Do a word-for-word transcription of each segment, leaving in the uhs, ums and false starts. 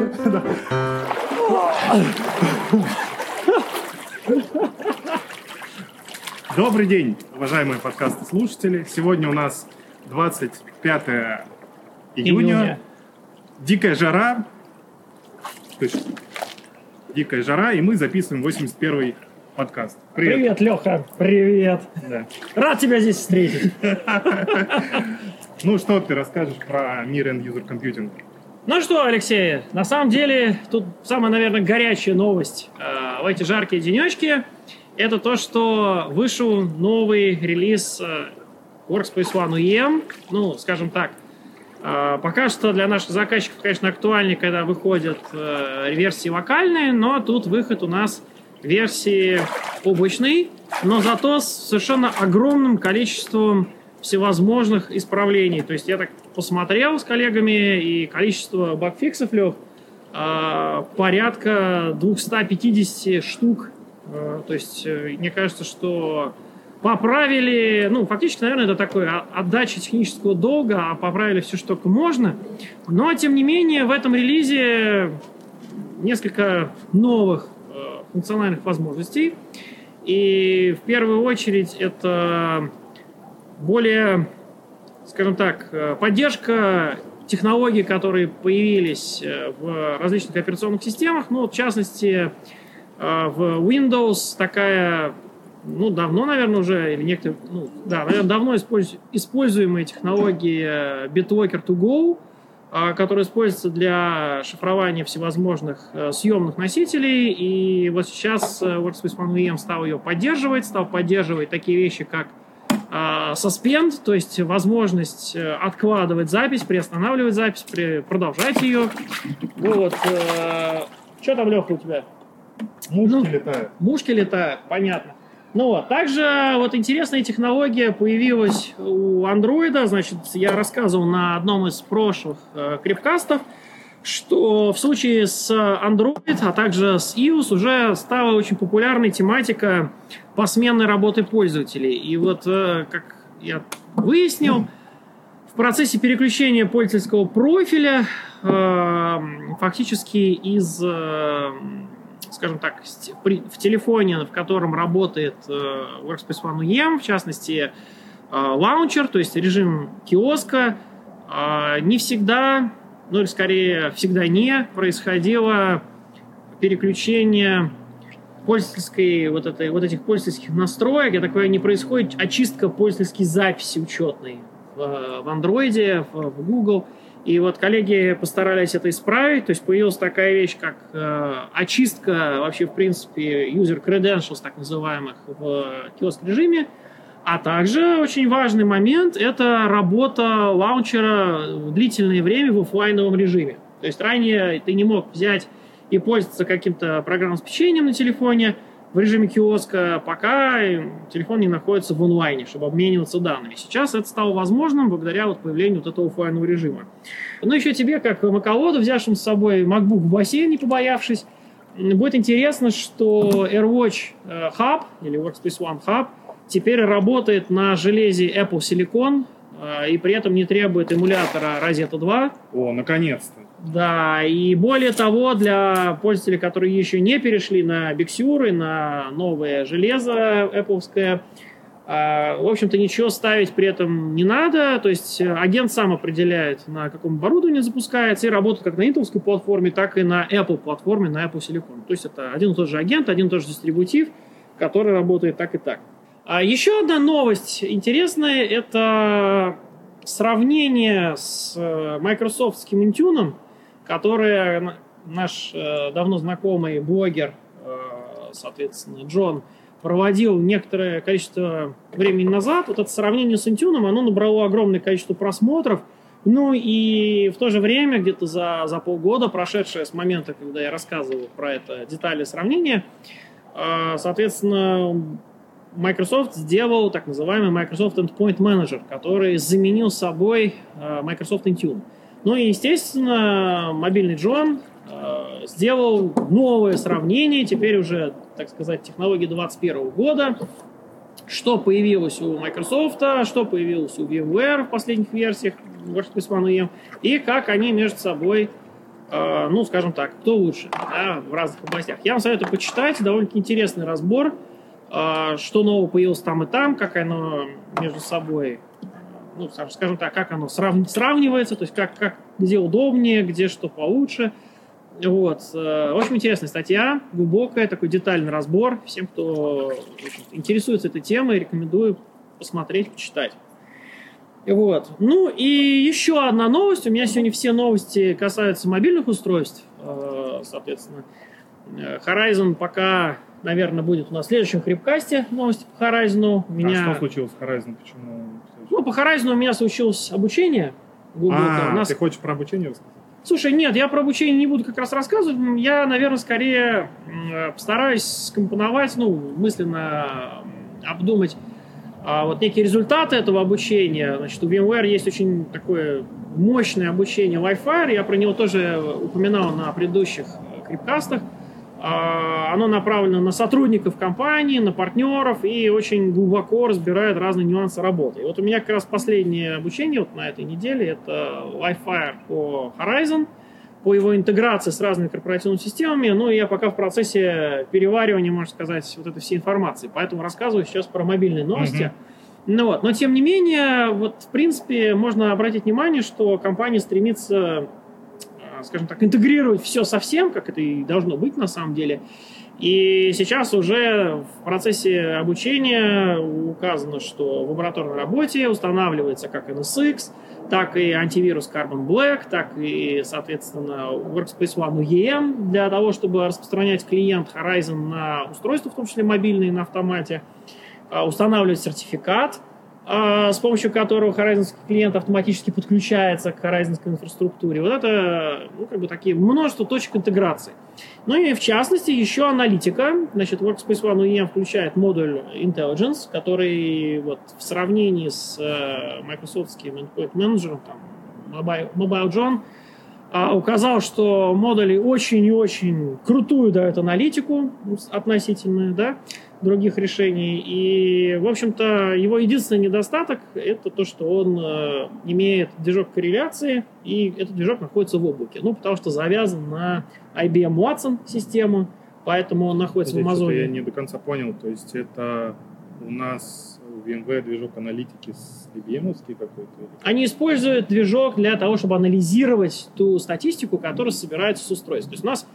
Добрый день, уважаемые подкасты-слушатели. Сегодня у нас двадцать пятое июня. июня. Дикая жара. То есть, дикая жара, и мы записываем восемьдесят первый подкаст. Привет, Привет Леха. Привет. Да. Рад тебя здесь встретить. Ну, что ты расскажешь про мир end-user компьютинга? Ну что, Алексей, на самом деле, тут самая, наверное, горячая новость э, в эти жаркие денечки. Это то, что вышел новый релиз э, Workspace ONE ю и эм. Ну, скажем так, э, пока что для наших заказчиков, конечно, актуальнее, когда выходят э, версии локальные, но тут выход у нас версии облачной, но зато с совершенно огромным количеством всевозможных исправлений. То есть я так посмотрел с коллегами, и количество багфиксов, Лех, э, порядка двести пятьдесят штук. Э, то есть э, мне кажется, что поправили, ну, фактически, наверное, это такое отдача технического долга, а поправили все, что только можно. Но, тем не менее, в этом релизе несколько новых э, функциональных возможностей. И в первую очередь это более, скажем так, поддержка технологий, которые появились в различных операционных системах. Ну, в частности, в Windows такая, ну, давно, наверное, уже, или некоторые, ну, да, наверное, давно использу, используемая технология BitLocker to Go, которая используется для шифрования всевозможных съемных носителей. И вот сейчас Workspace ONE ю и эм стал ее поддерживать, стал поддерживать такие вещи, как Suspend, то есть возможность откладывать запись, приостанавливать запись, при... продолжать ее. Вот. Что там, Леха, у тебя? Мушки ну, летают. Мушки летают, понятно. Ну вот. Также вот интересная технология появилась у Android. Значит, я рассказывал на одном из прошлых э, крипкастов, что в случае с Android, а также с iOS уже стала очень популярной тематика посменной работы пользователей. И вот, как я выяснил, в процессе переключения пользовательского профиля фактически из, скажем так, в телефоне, в котором работает Workspace ONE ю и эм, в частности, лаунчер, то есть режим киоска, не всегда... ну или скорее всегда не происходило переключение пользовательской, вот, этой, вот этих пользовательских настроек. Я такое не происходит очистка пользовательской записи учетной в, в Android, в, в Google. И вот коллеги постарались это исправить. То есть появилась такая вещь, как э, очистка вообще, в принципе, user credentials, так называемых, в киоск-режиме. А также очень важный момент – это работа лаунчера в длительное время в офлайновом режиме. То есть ранее ты не мог взять и пользоваться каким-то программным обеспечением на телефоне в режиме киоска, пока телефон не находится в онлайне, чтобы обмениваться данными. Сейчас это стало возможным благодаря вот появлению вот этого офлайнового режима. Ну, еще тебе, как маководу, взявшим с собой MacBook в бассейн, не побоявшись, будет интересно, что AirWatch Hub или Workspace ONE Hub теперь работает на железе Apple Silicon э, и при этом не требует эмулятора Rosetta два. О, наконец-то. Да, и более того, для пользователей, которые еще не перешли на Big Sur и на новое железо Apple-ское, э, в общем-то, ничего ставить при этом не надо. То есть агент сам определяет, на каком оборудовании запускается, и работает как на Intel-ской платформе, так и на Apple-платформе, на Apple Silicon. То есть это один и тот же агент, один и тот же дистрибутив, который работает так и так. А еще одна новость интересная – это сравнение с майкрософтским Intune, которое наш давно знакомый блогер, соответственно, Джон, проводил некоторое количество времени назад. Вот это сравнение с Intune, оно набрало огромное количество просмотров. Ну и в то же время, где-то за, за полгода, прошедшее с момента, когда я рассказывал про это детали сравнения, соответственно, Microsoft сделал так называемый Microsoft Endpoint Manager, который заменил собой э, Microsoft Intune. Ну и, естественно, мобильный Джон э, сделал новое сравнение, теперь уже, так сказать, технологии двадцать первого года, что появилось у Microsoft, что появилось у VMware в последних версиях Workspace ONE ю и эм, и как они между собой э, ну, скажем так, кто лучше, да, в разных областях. Я вам советую почитать, довольно-таки интересный разбор, э, что нового появилось там и там, как оно между собой, ну, скажем так, как оно срав... сравнивается, то есть как, как, где удобнее, где что получше. Вот. Очень интересная статья, глубокая, такой детальный разбор. Всем, кто интересуется этой темой, рекомендую посмотреть, почитать. Вот. Ну и еще одна новость. У меня сегодня все новости касаются мобильных устройств. Соответственно, Horizon пока, наверное, будет у нас в следующем хрипкасте новости по Horizon. У меня... А что случилось с Horizon? Почему? Ну, по Horizon у меня случилось обучение глубокое. А, у нас... ты хочешь про обучение рассказать? Слушай, нет, я про обучение не буду как раз рассказывать. Я, наверное, скорее постараюсь скомпоновать, ну, мысленно обдумать а, вот некие результаты этого обучения. Значит, у VMware есть очень такое мощное обучение Wi-Fi. Я про него тоже упоминал на предыдущих крипкастах. А, оно направлено на сотрудников компании, на партнеров и очень глубоко разбирает разные нюансы работы. И вот у меня как раз последнее обучение вот на этой неделе — это Wi-Fi по Horizon, по его интеграции с разными корпоративными системами. Ну, и я пока в процессе переваривания, можно сказать, вот этой всей информации. Поэтому рассказываю сейчас про мобильные новости. Mm-hmm. Ну, вот. Но, тем не менее, вот, в принципе, можно обратить внимание, что компания стремится, скажем так, интегрировать все со всем, как это и должно быть на самом деле. И сейчас уже в процессе обучения указано, что в лабораторной работе устанавливается как эн эс икс, так и антивирус Carbon Black, так и, соответственно, Workspace ONE ю и эм для того, чтобы распространять клиент Horizon на устройства, в том числе мобильные, на автомате, устанавливать сертификат, с помощью которого Horizon клиент автоматически подключается к Horizon инфраструктуре. Вот это, ну, как бы такие множество точек интеграции. Ну и в частности еще аналитика. Значит, Workspace ONE ю и эм включает модуль Intelligence, который вот в сравнении с Microsoftским Endpoint Manager, там, Mobile, Mobile John, указал, что модули очень и очень крутую дают аналитику относительно, да, других решений. И, в общем-то, его единственный недостаток — это то, что он э, имеет движок корреляции, и этот движок находится в облаке. Ну, потому что завязан на ай би эм Watson систему, поэтому он находится Здесь в Амазоне. Я не до конца понял. То есть это у нас в VMware движок аналитики с ай би эм-овский какой-то? Они используют движок для того, чтобы анализировать ту статистику, которая собирается с устройств. То есть у нас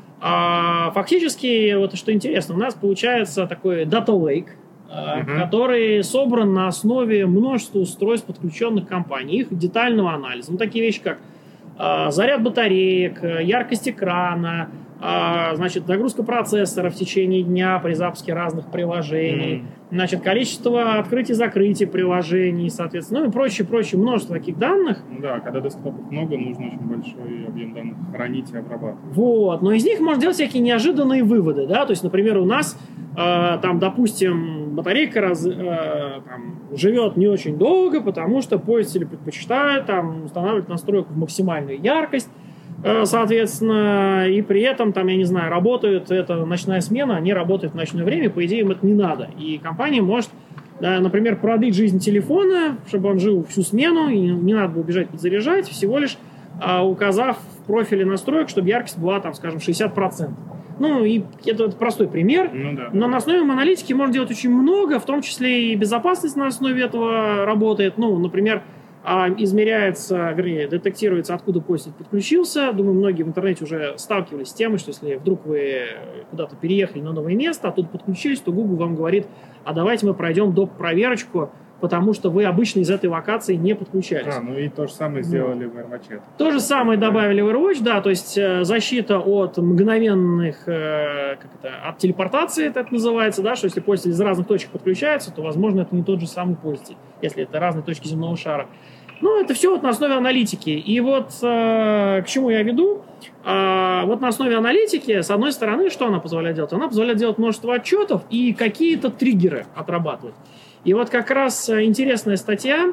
А, фактически, вот что интересно, у нас получается такой Data Lake, uh-huh. который собран на основе множества устройств, подключенных к компании, их детального анализа. Ну, такие вещи, как а, заряд батареек, яркость экрана, а, значит, загрузка процессора в течение дня при запуске разных приложений, uh-huh. значит, количество открытий и закрытий приложений, соответственно, ну и прочее, прочее, множество таких данных. Ну да, когда десктопов много, нужно очень большой объем данных хранить и обрабатывать. Вот, но из них можно делать всякие неожиданные выводы, да, то есть, например, у нас э, там, допустим, батарейка раз, э, там, живет не очень долго, потому что пользователи предпочитают там устанавливать настройку в максимальную яркость, э, соответственно, и при этом, там, я не знаю, работает эта ночная смена, они работают в ночное время, по идее им это не надо, и компания может, да, например, продлить жизнь телефона, чтобы он жил всю смену, и не надо было бежать подзаряжать, всего лишь а, указав в профиле настроек, чтобы яркость была, там, скажем, шестьдесят процентов. Ну, и это, это простой пример. Ну, да. Но на основе аналитики можно делать очень много, в том числе и безопасность на основе этого работает. Ну, например, а, измеряется, вернее, детектируется, откуда пользователь подключился. Думаю, многие в интернете уже сталкивались с тем, что если вдруг вы куда-то переехали на новое место, а тут подключились, то Google вам говорит: а давайте мы пройдем доп. Проверочку, потому что вы обычно из этой локации не подключались. А, ну и то же самое сделали в AirWatch. То же самое добавили в AirWatch, да, то есть э, защита от мгновенных, э, как это, от телепортации, это называется, да, что если пользователь из разных точек подключается, то, возможно, это не тот же самый пользователь, если это разные точки земного шара. Ну, это все вот на основе аналитики. И вот э, к чему я веду? Э, вот на основе аналитики, с одной стороны, что она позволяет делать? Она позволяет делать множество отчетов и какие-то триггеры отрабатывать. И вот как раз интересная статья,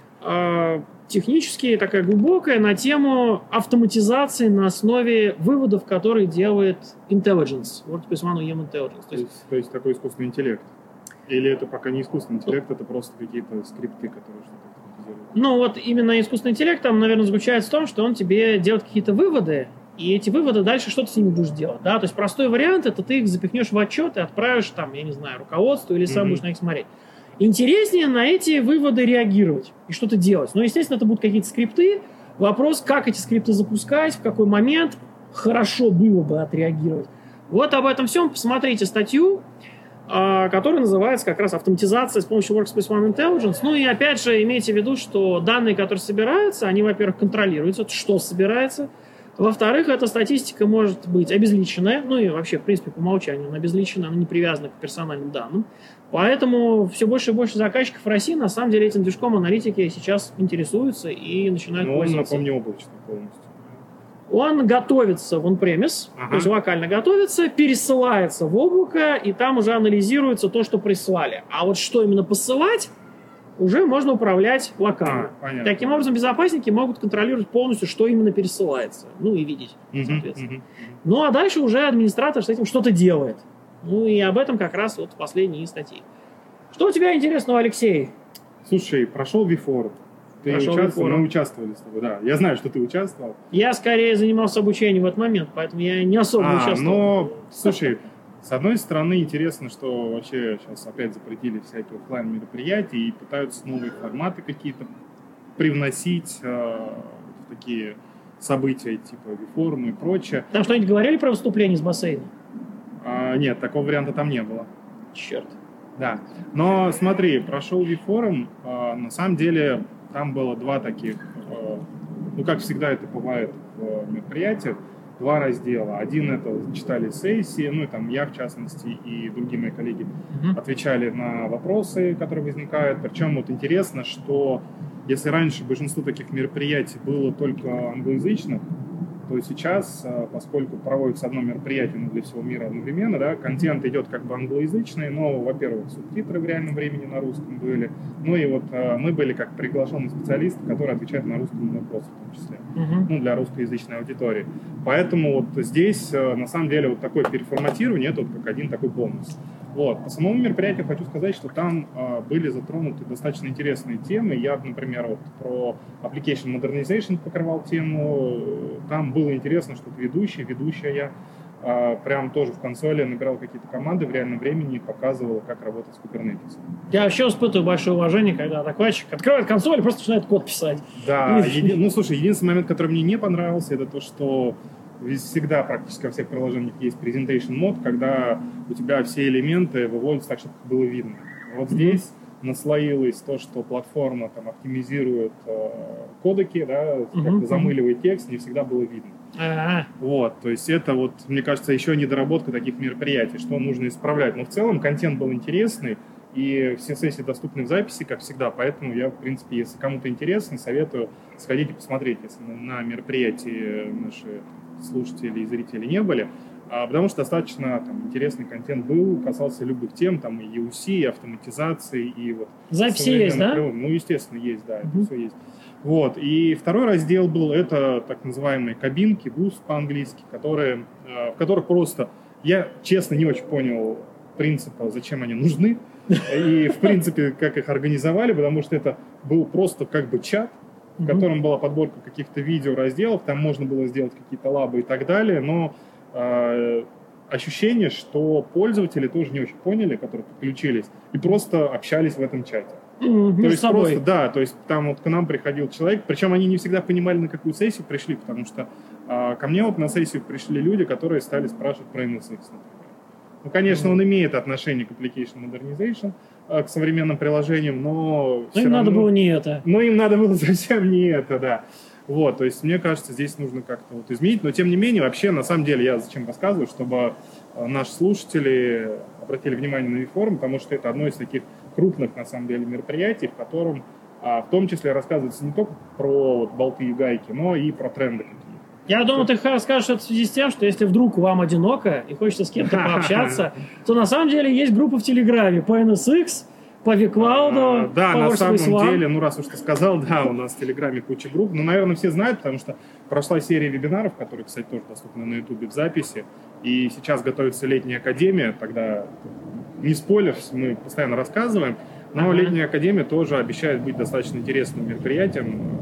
э, технически такая глубокая, на тему автоматизации на основе выводов, которые делает Intelligence, Workspace ONE ю и эм Intelligence. То есть, то есть такой искусственный интеллект? Или это пока не искусственный интеллект, это просто какие-то скрипты, которые что-то автоматизируют? Ну вот именно искусственный интеллект там, наверное, заключается в том, что он тебе делает какие-то выводы, и эти выводы дальше что ты с ними будешь делать. Да? То есть простой вариант – это ты их запихнешь в отчет и отправишь, там, я не знаю, руководству или сам mm-hmm. будешь на них смотреть. Интереснее на эти выводы реагировать и что-то делать. Ну, естественно, это будут какие-то скрипты. Вопрос, как эти скрипты запускать, в какой момент хорошо было бы отреагировать. Вот об этом всем посмотрите статью, которая называется как раз «Автоматизация с помощью Workspace ONE Intelligence». Ну и опять же, имейте в виду, что данные, которые собираются, они, во-первых, контролируются, что собирается. Во-вторых, эта статистика может быть обезличенная, ну и вообще, в принципе, по умолчанию она обезличена, она не привязана к персональным данным. Поэтому все больше и больше заказчиков в России, на самом деле, этим движком аналитики сейчас интересуются и начинают Но пользоваться. Он, напомню, облачный полностью. Он готовится в on-premise, ага. то есть локально готовится, пересылается в облако, и там уже анализируется то, что прислали. А вот что именно посылать, уже можно управлять локально. А, Таким образом, безопасники могут контролировать полностью, что именно пересылается. Ну и видеть, uh-huh, соответственно. Uh-huh, uh-huh. Ну а дальше уже администратор с этим что-то делает. Ну и об этом как раз вот последние статьи. Что у тебя интересного, Алексей? Слушай, прошел ви-форум. Ты участвовал, мы участвовали с тобой, да. Я знаю, что ты участвовал. Я скорее занимался обучением в этот момент, поэтому я не особо а, участвовал. Но, слушай, с одной стороны, интересно, что вообще сейчас опять запретили всякие офлайн мероприятия и пытаются новые форматы какие-то привносить э, в такие события, типа ви-форумы и прочее. Там что-нибудь говорили про выступление с бассейна? А, нет, такого варианта там не было. Черт. Да. Но смотри, прошел ви-форум, э, на самом деле там было два таких, э, ну как всегда это бывает в мероприятиях, два раздела. Один это читали сессии, ну и там я в частности и другие мои коллеги uh-huh. отвечали на вопросы, которые возникают. Причем вот интересно, что если раньше большинство таких мероприятий было только англоязычных, то сейчас, поскольку проводится одно мероприятие ну, для всего мира одновременно, да, контент идет как бы англоязычный, но, во-первых, субтитры в реальном времени на русском были, ну и вот мы были как приглашенные специалисты, которые отвечают на русском вопросы в том числе, uh-huh. ну, для русскоязычной аудитории. Поэтому вот здесь, на самом деле, вот такое переформатирование, это вот как один такой бонус. Вот. По самому мероприятию хочу сказать, что там э, были затронуты достаточно интересные темы. Я, например, вот про Application Modernization покрывал тему. Там было интересно, что ведущий, ведущая э, прям тоже в консоли набирал какие-то команды в реальном времени и показывала, как работать с Kubernetes. Я вообще испытываю большое уважение, когда докладчик открывает консоль и просто начинает код писать. Да, еди... ну слушай, единственный момент, который мне не понравился, это то, что всегда практически во всех приложениях есть presentation mode, когда у тебя все элементы выводятся так, чтобы было видно. Вот здесь mm-hmm. наслоилось то, что платформа там оптимизирует э, кодеки, да, mm-hmm. как-то замыливает текст, не всегда было видно. Uh-huh. Вот, то есть это вот, мне кажется, еще недоработка таких мероприятий, что нужно исправлять. Но в целом контент был интересный, и все сессии доступны в записи, как всегда, поэтому я, в принципе, если кому-то интересно, советую сходить и посмотреть, если на, на мероприятии наши слушатели и зрители не были, а, потому что достаточно там, интересный контент был, касался любых тем, там и ю си, и автоматизации, и вот... Записи есть, да? Ну, естественно, есть, да, это uh-huh. все есть. Вот, и второй раздел был, это так называемые кабинки, буз по-английски, которые, в которых просто, я честно не очень понял принципа, зачем они нужны, и, в принципе, как их организовали, потому что это был просто как бы чат, в котором была подборка каких-то видеоразделов, там можно было сделать какие-то лабы и так далее, но э, ощущение, что пользователи тоже не очень поняли, которые подключились, и просто общались в этом чате. Mm-hmm, то есть собой. просто, да, то есть там вот к нам приходил человек, причем они не всегда понимали, на какую сессию пришли, потому что э, ко мне вот на сессию пришли люди, которые стали спрашивать про эн эс икс, например. Ну, конечно, mm-hmm. он имеет отношение к Application Modernization, к современным приложениям, но... Но им равно... надо было не это. Но им надо было совсем не это, да. Вот, то есть, мне кажется, здесь нужно как-то вот изменить, но, тем не менее, вообще, на самом деле, я зачем рассказываю, чтобы наши слушатели обратили внимание на ви-форум, потому что это одно из таких крупных, на самом деле, мероприятий, в котором, в том числе, рассказывается не только про вот, болты и гайки, но и про тренды какие-то. Я думаю, ты расскажешь это в связи с тем, что если вдруг вам одиноко и хочется с кем-то пообщаться, то на самом деле есть группа в Телеграме по эн эс икс, по vCloud, да, по на самом One. деле, ну раз уж ты сказал, да, у нас в Телеграме куча групп. Ну, наверное, все знают, потому что прошла серия вебинаров, которые, кстати, тоже доступны на Ютубе в записи. И сейчас готовится летняя академия, тогда не спойлер, мы постоянно рассказываем. Но uh-huh. летняя академия тоже обещает быть достаточно интересным мероприятием.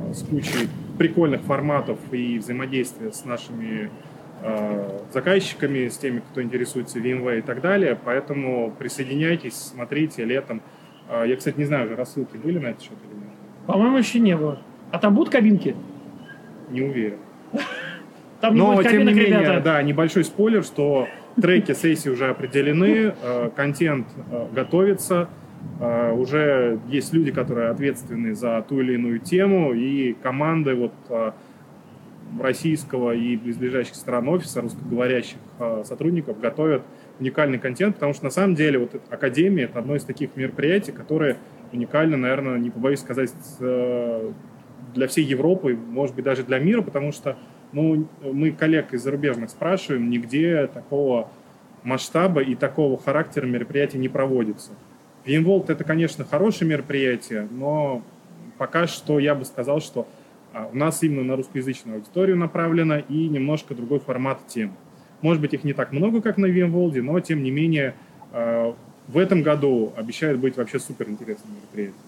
э, с кучей прикольных форматов и взаимодействия с нашими э, заказчиками, с теми, кто интересуется VMware и так далее. Поэтому присоединяйтесь, смотрите летом. Э, я, кстати, не знаю, уже рассылки были на этот счет или нет? По-моему, еще не было. А там будут кабинки? Не уверен. Там не Но, будет тем не кабинок, менее, ребята. да, небольшой спойлер, что треки сессии уже определены, э, контент э, готовится, э, уже есть люди, которые ответственны за ту или иную тему, и команды вот э, российского и близлежащих стран офиса, русскоговорящих э, сотрудников готовят уникальный контент, потому что на самом деле вот эта Академия — это одно из таких мероприятий, которые уникально, наверное, не побоюсь сказать, э, для всей Европы, может быть, даже для мира, потому что ну, мы коллег из зарубежных спрашиваем, нигде такого масштаба и такого характера мероприятия не проводится. VMworld — это, конечно, хорошее мероприятие, но пока что я бы сказал, что у нас именно на русскоязычную аудиторию направлено и немножко другой формат тем. Может быть, их не так много, как на VMworld, но, тем не менее, в этом году обещает быть вообще суперинтересное мероприятие.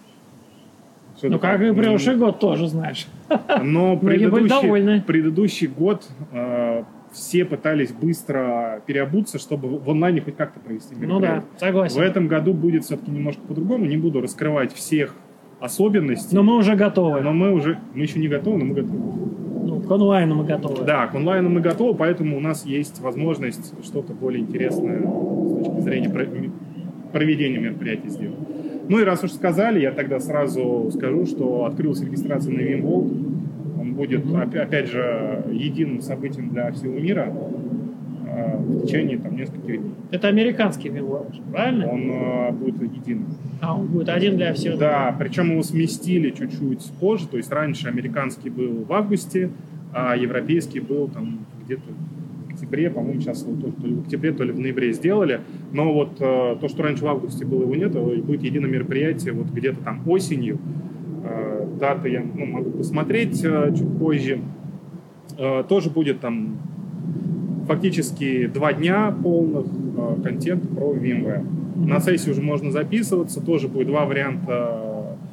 Что ну, как и прошлый год тоже, знаешь. Но предыдущий, предыдущий год э, все пытались быстро переобуться, чтобы в онлайне хоть как-то провести мероприятие. Ну да, согласен. В этом году будет все-таки немножко по-другому. Не буду раскрывать всех особенностей. Но мы уже готовы. Но мы уже, мы еще не готовы, но мы готовы. Ну, к онлайну мы готовы. Да, к онлайну мы готовы, поэтому у нас есть возможность что-то более интересное с точки зрения проведения мероприятия сделать. Ну и раз уж сказали, я тогда сразу скажу, что открылась регистрация на VMworld. Он будет, mm-hmm. опять же, единым событием для всего мира э, в течение там, нескольких дней. Это американский VMworld, правильно? Он э, будет единым. А, он будет один для всех? Да, причем его сместили чуть-чуть позже. То есть раньше американский был в августе, а европейский был там где-то в октябре, по-моему, сейчас его тоже то ли в октябре, то ли в ноябре сделали. Но вот э, то, что раньше в августе было, его нет, и будет единое мероприятие вот где-то там осенью. Э, даты я ну, могу посмотреть э, чуть позже. Э, тоже будет там фактически два дня полных э, контента про VMware. Mm-hmm. На сессию уже можно записываться, тоже будет два варианта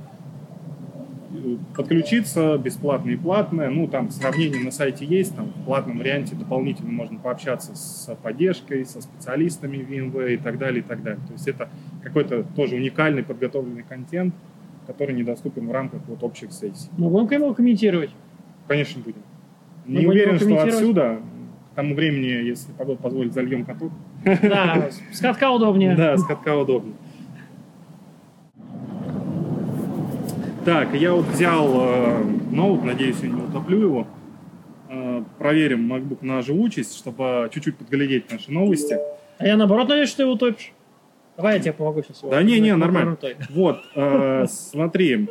подключиться, бесплатное и платное. Ну, там сравнение на сайте есть, там в платном варианте дополнительно можно пообщаться с поддержкой, со специалистами VMware и так далее, и так далее. То есть это какой-то тоже уникальный подготовленный контент, который недоступен в рамках вот общих сессий. Мы будем его комментировать? Конечно, будем. Мы Не уверен, что отсюда, к тому времени, если погода позволит, зальем каток. Да, с катка удобнее. Да, с катка удобнее. Так, я вот взял э, ноут, надеюсь, я не утоплю его. Э, проверим MacBook на живучесть, чтобы чуть-чуть подглядеть наши новости. А я наоборот надеюсь, что ты его утопишь. Давай я тебе помогу сейчас. Да не, не, нормально. Вот, э, смотри.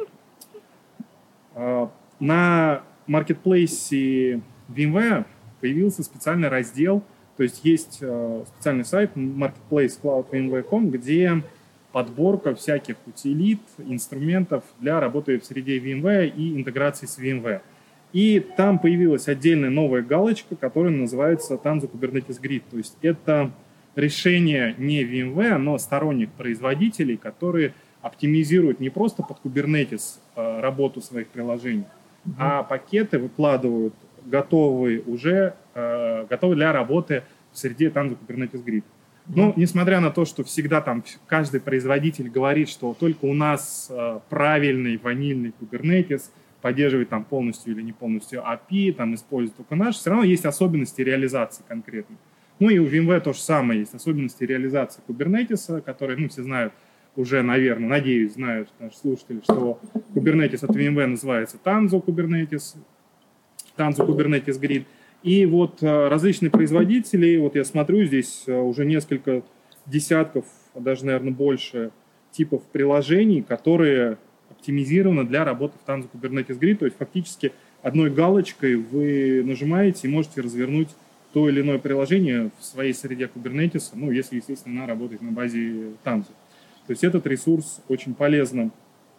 Э, на маркетплейсе VMware появился специальный раздел, то есть есть э, специальный сайт marketplace cloud vmware точка com, где подборка всяких утилит, инструментов для работы в среде VMware и интеграции с VMware. И там появилась отдельная новая галочка, которая называется Tanzu Kubernetes Grid. То есть это решение не VMware, но сторонних производителей, которые оптимизируют не просто под Kubernetes э, работу своих приложений, mm-hmm. а пакеты выкладывают готовые уже, э, готовые для работы в среде Tanzu Kubernetes Grid. Ну, несмотря на то, что всегда там каждый производитель говорит, что только у нас э, правильный ванильный Kubernetes поддерживает там полностью или не полностью эй пи ай, там использует только наш, все равно есть особенности реализации конкретно. Ну и у VMware то же самое есть, особенности реализации Kubernetes, которые, ну, все знают уже, наверное, надеюсь, знают наши слушатели, что Kubernetes от VMware называется Tanzu Kubernetes, Tanzu Kubernetes Grid. И вот различные производители, вот я смотрю, здесь уже несколько десятков, даже, наверное, больше типов приложений, которые оптимизированы для работы в Tanzu Kubernetes Grid. То есть фактически одной галочкой вы нажимаете и можете развернуть то или иное приложение в своей среде Kubernetes, ну, если, естественно, она работает на базе Tanzu. То есть этот ресурс очень полезно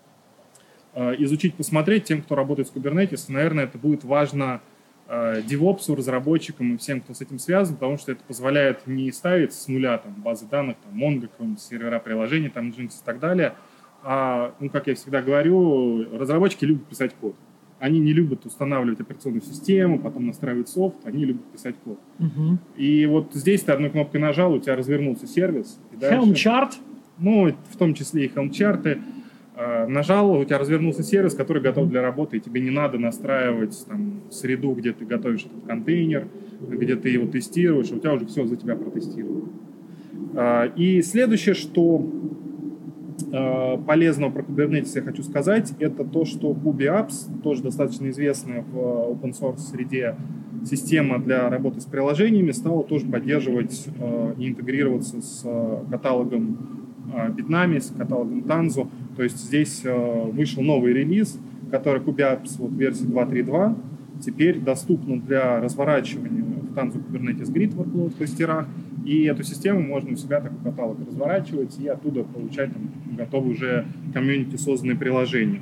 изучить, посмотреть тем, кто работает с Kubernetes. Наверное, это будет важно девопсу, разработчикам и всем, кто с этим связан, потому что это позволяет не ставить с нуля там, базы данных, там, Mongo, сервера приложений, там, Jinx и так далее. А, ну, как я всегда говорю, разработчики любят писать код. они не любят устанавливать операционную систему, потом настраивать софт, они любят писать код. Угу. И вот здесь ты одной кнопкой нажал, у тебя развернулся сервис. Helm chart? Ну, в том числе и Helm чарты. Нажал, у тебя развернулся сервис, который готов для работы, и тебе не надо настраивать там, среду, где ты готовишь этот контейнер, где ты его тестируешь, у тебя уже все за тебя протестировано. И следующее, что полезного про Kubernetes я хочу сказать, это то, что KubeApps, тоже достаточно известная в open source среде система для работы с приложениями, стала тоже поддерживать и интегрироваться с каталогом Bitnami, с каталогом Tanzu. То есть здесь вышел новый релиз, который KubeApps вот, версии два точка три точка два, теперь доступна для разворачивания в Tanzu Kubernetes Grid workload кластерах. И эту систему можно у себя такой каталог разворачивать и оттуда получать там, готовые уже комьюнити созданные приложения.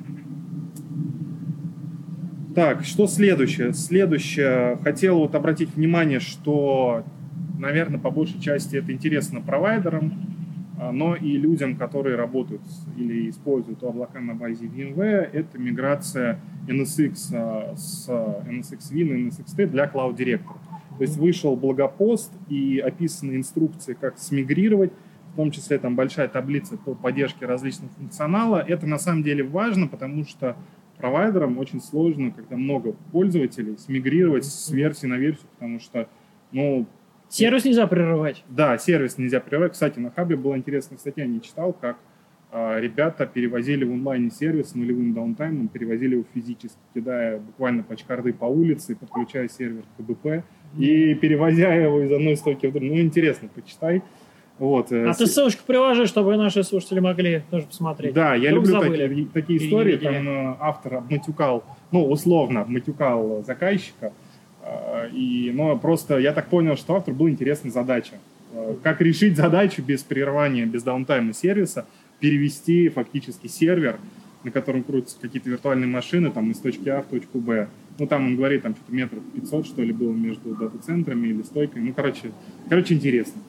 Так, что следующее? Следующее. Хотел вот обратить внимание, что, наверное, по большей части это интересно провайдерам, но и людям, которые работают или используют облака на базе VMware, это миграция эн эс икс с эн эс икс Win и эн эс икс ти для Cloud Director. То есть вышел блогопост и описаны инструкции, как смигрировать, в том числе там большая таблица по поддержке различных функционала. Это на самом деле важно, потому что провайдерам очень сложно, когда много пользователей, смигрировать с версии на версию, потому что, ну... Сервис нельзя прерывать. Да, сервис нельзя прерывать. Кстати, на Хабе была интересная статья, не читал, как а, ребята перевозили в онлайне сервис с нулевым даунтаймом, перевозили его физически, кидая буквально пачкарды по улице, подключая сервер к КБП и перевозя его из одной стойки в другую. Ну, интересно, почитай. Вот. А ты ссылочку приложи, чтобы наши слушатели могли тоже посмотреть. Да, я Вдруг люблю забыли. такие, такие истории. Там автор обматюкал, ну, условно обматюкал заказчика. И, но просто я так понял, что автору была интересная задача. Как решить задачу без прерывания, без даунтайма сервиса, перевести фактически сервер, на котором крутятся какие-то виртуальные машины, там, из точки А в точку Б. Ну, там он говорит, там что-то метров пятьсот, что ли, было между дата-центрами или стойкой. Ну, короче, короче, интересно.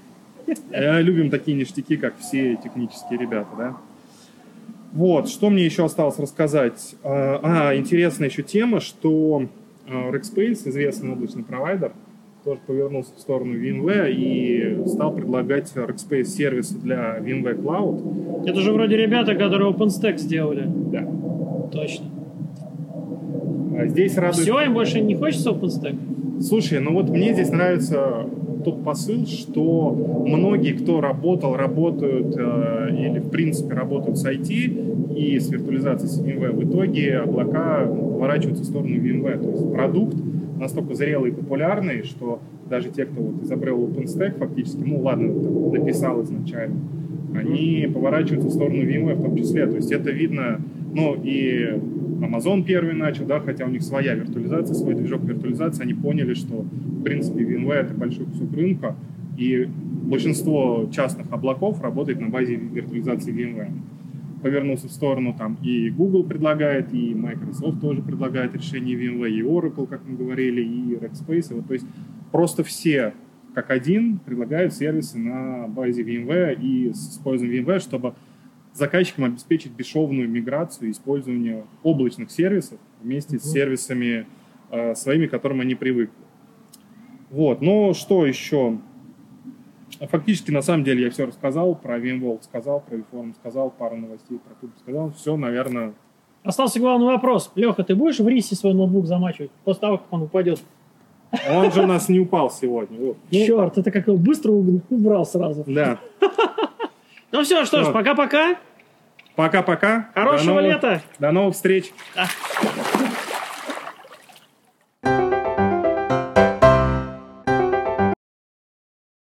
Любим такие ништяки, как все технические ребята, да. Вот, что мне еще осталось рассказать? А, интересная еще тема, что Rackspace, известный облачный провайдер, тоже повернулся в сторону VMware и стал предлагать Rackspace сервисы для VMware Cloud. Это же вроде ребята, которые OpenStack сделали. Да. Точно. А здесь радует... Все, им больше не хочется OpenStack? Слушай, ну вот мне здесь нравится тот посыл, что многие, кто работал, работают э, или в принципе работают с ай ти и с виртуализацией с VMware, в итоге облака поворачиваются в сторону VMware. То есть продукт настолько зрелый и популярный, что даже те, кто вот изобрел OpenStack фактически, ну ладно, там, написал изначально, они поворачиваются в сторону VMware в том числе. То есть это видно, ну и Amazon первый начал, да, хотя у них своя виртуализация, свой движок виртуализации, они поняли, что в принципе VMware это большой кусок рынка, и большинство частных облаков работает на базе виртуализации VMware. Повернулся в сторону, там и Google предлагает, и Microsoft тоже предлагает решение VMware, и Oracle, как мы говорили, и Rackspace. Вот, то есть просто все как один предлагают сервисы на базе VMware и с использованием VMware, чтобы заказчикам обеспечить бесшовную миграцию и использование облачных сервисов вместе uh-huh. с сервисами э, своими, к которым они привыкли. Вот, но что еще? Фактически, на самом деле, я все рассказал, про VMworld сказал, про VForum сказал, пару новостей про Tube сказал. Все, наверное... Остался главный вопрос. Леха, ты будешь в рисе свой ноутбук замачивать после того, как он упадет? Он же у нас не упал сегодня. Вот. Черт, это как его быстро убрал сразу. Да. Ну все, что ж, пока-пока. Пока-пока. Хорошего лета. До новых встреч. Да.